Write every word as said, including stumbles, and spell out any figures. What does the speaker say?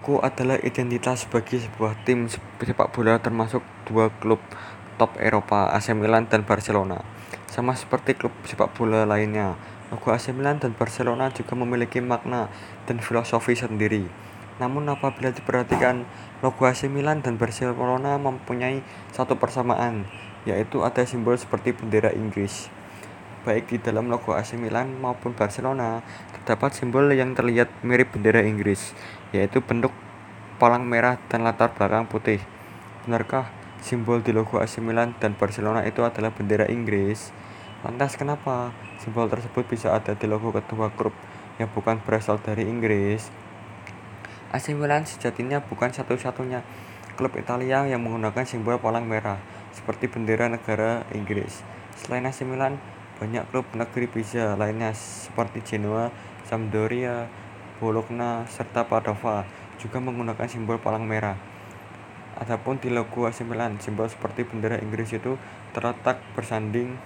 Logo adalah identitas bagi sebuah tim sepak bola termasuk dua klub top Eropa, A C Milan dan Barcelona. Sama seperti klub sepak bola lainnya, logo A C Milan dan Barcelona juga memiliki makna dan filosofi sendiri. Namun apabila diperhatikan, logo A C Milan dan Barcelona mempunyai satu persamaan, yaitu ada simbol seperti bendera Inggris. Baik di dalam logo A C Milan maupun Barcelona, terdapat simbol yang terlihat mirip bendera Inggris, yaitu bentuk palang merah dan latar belakang putih. Benarkah simbol di logo A C Milan dan Barcelona itu adalah bendera Inggris? Lantas kenapa simbol tersebut bisa ada di logo kedua klub yang bukan berasal dari Inggris? A C Milan sejatinya bukan satu-satunya klub Italia yang menggunakan simbol palang merah seperti bendera negara Inggris. Selain A C Milan, banyak klub negeri Pisa lainnya seperti Genoa, Sampdoria, Bologna, serta Padova juga menggunakan simbol palang merah. Adapun di logo A C Milan, simbol seperti bendera Inggris itu terletak bersanding